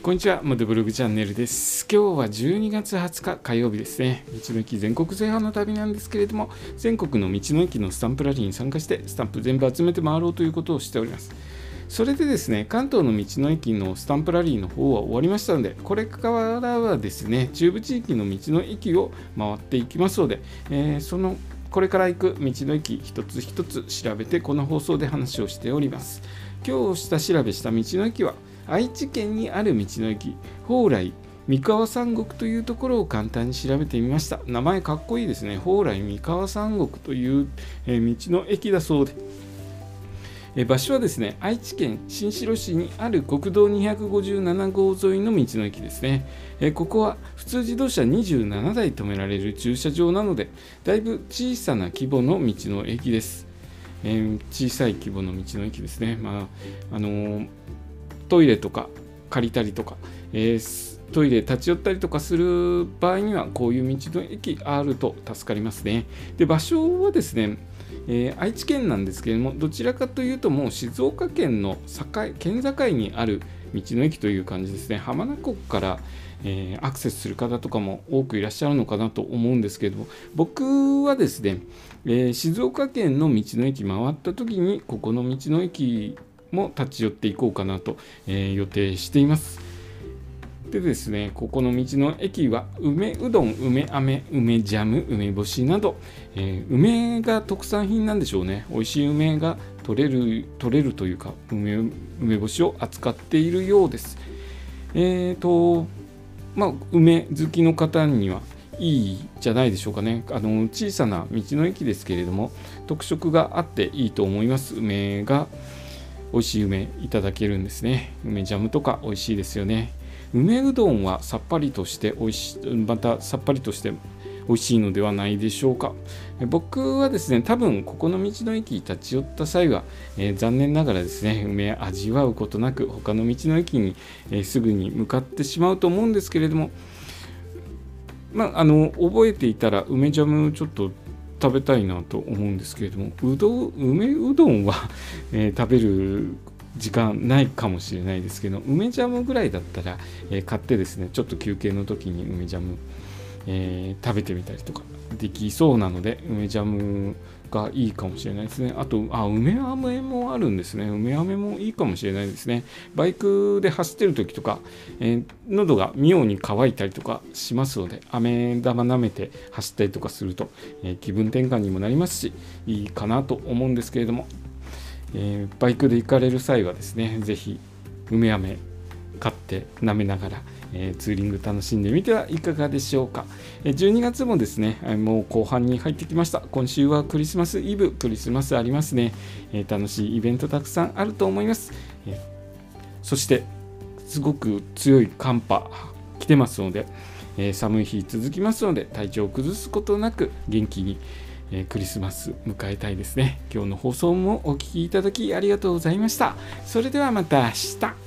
こんにちは、モトブログチャンネルです。今日は12月20日火曜日ですね。道の駅全国制覇の旅なんですけれども、全国の道の駅のスタンプラリーに参加してスタンプ全部集めて回ろうということをしております。それでですね、関東の道の駅のスタンプラリーの方は終わりましたので、これからはですね、中部地域の道の駅を回っていきますので、これから行く道の駅一つ一つ調べてこの放送で話をしております。今日下調べした道の駅は愛知県にある道の駅蓬莱三河山国というところを簡単に調べてみました。名前かっこいいですね。蓬莱三河山国という、道の駅だそうで、場所はですね、愛知県新城市にある国道257号沿いの道の駅ですね。ここは普通自動車27台止められる駐車場なので、だいぶ小さな規模の道の駅です。小さい規模の道の駅ですね。トイレとか借りたりとか、トイレ立ち寄ったりとかする場合にはこういう道の駅あると助かりますね。で、場所はですね、愛知県なんですけれども、どちらかというともう静岡県の県境にある道の駅という感じですね。浜名湖から、アクセスする方とかも多くいらっしゃるのかなと思うんですけれども、僕はですね、静岡県の道の駅回った時にここの道の駅も立ち寄っていこうかなと、予定しています。でですね、ここの道の駅は梅うどん、梅飴、梅ジャム、梅干しなど、梅が特産品なんでしょうね。美味しい梅が取れるというか、梅干しを扱っているようです。梅好きの方にはいいじゃないでしょうかね。小さな道の駅ですけれども、特色があっていいと思います。美味しい梅いただけるんですね。梅ジャムとか美味しいですよね。梅うどんはさっぱりとして美味しいのではないでしょうか。僕はですね、多分ここの道の駅に立ち寄った際は、残念ながらですね、梅味わうことなく他の道の駅に、すぐに向かってしまうと思うんですけれども、覚えていたら梅ジャムちょっと食べたいなと思うんですけれども、梅うどんは、食べる時間ないかもしれないですけど、梅ジャムぐらいだったら、買ってですね、ちょっと休憩の時に梅ジャム、食べてみたりとかできそうなので、梅ジャムがいいかもしれないですね。あと梅飴もあるんですね。梅飴もいいかもしれないですね。バイクで走ってる時とか、喉が妙に乾いたりとかしますので、飴玉舐めて走ったりとかすると、気分転換にもなりますし、いいかなと思うんですけれども、バイクで行かれる際はですね、ぜひ梅飴買って舐めながら、ツーリング楽しんでみてはいかがでしょうか。12月もですね、もう後半に入ってきました。今週はクリスマスイブ、クリスマスありますね。楽しいイベントたくさんあると思います。そしてすごく強い寒波来てますので、寒い日続きますので、体調を崩すことなく元気にクリスマス迎えたいですね。今日の放送もお聞きいただきありがとうございました。それではまた明日。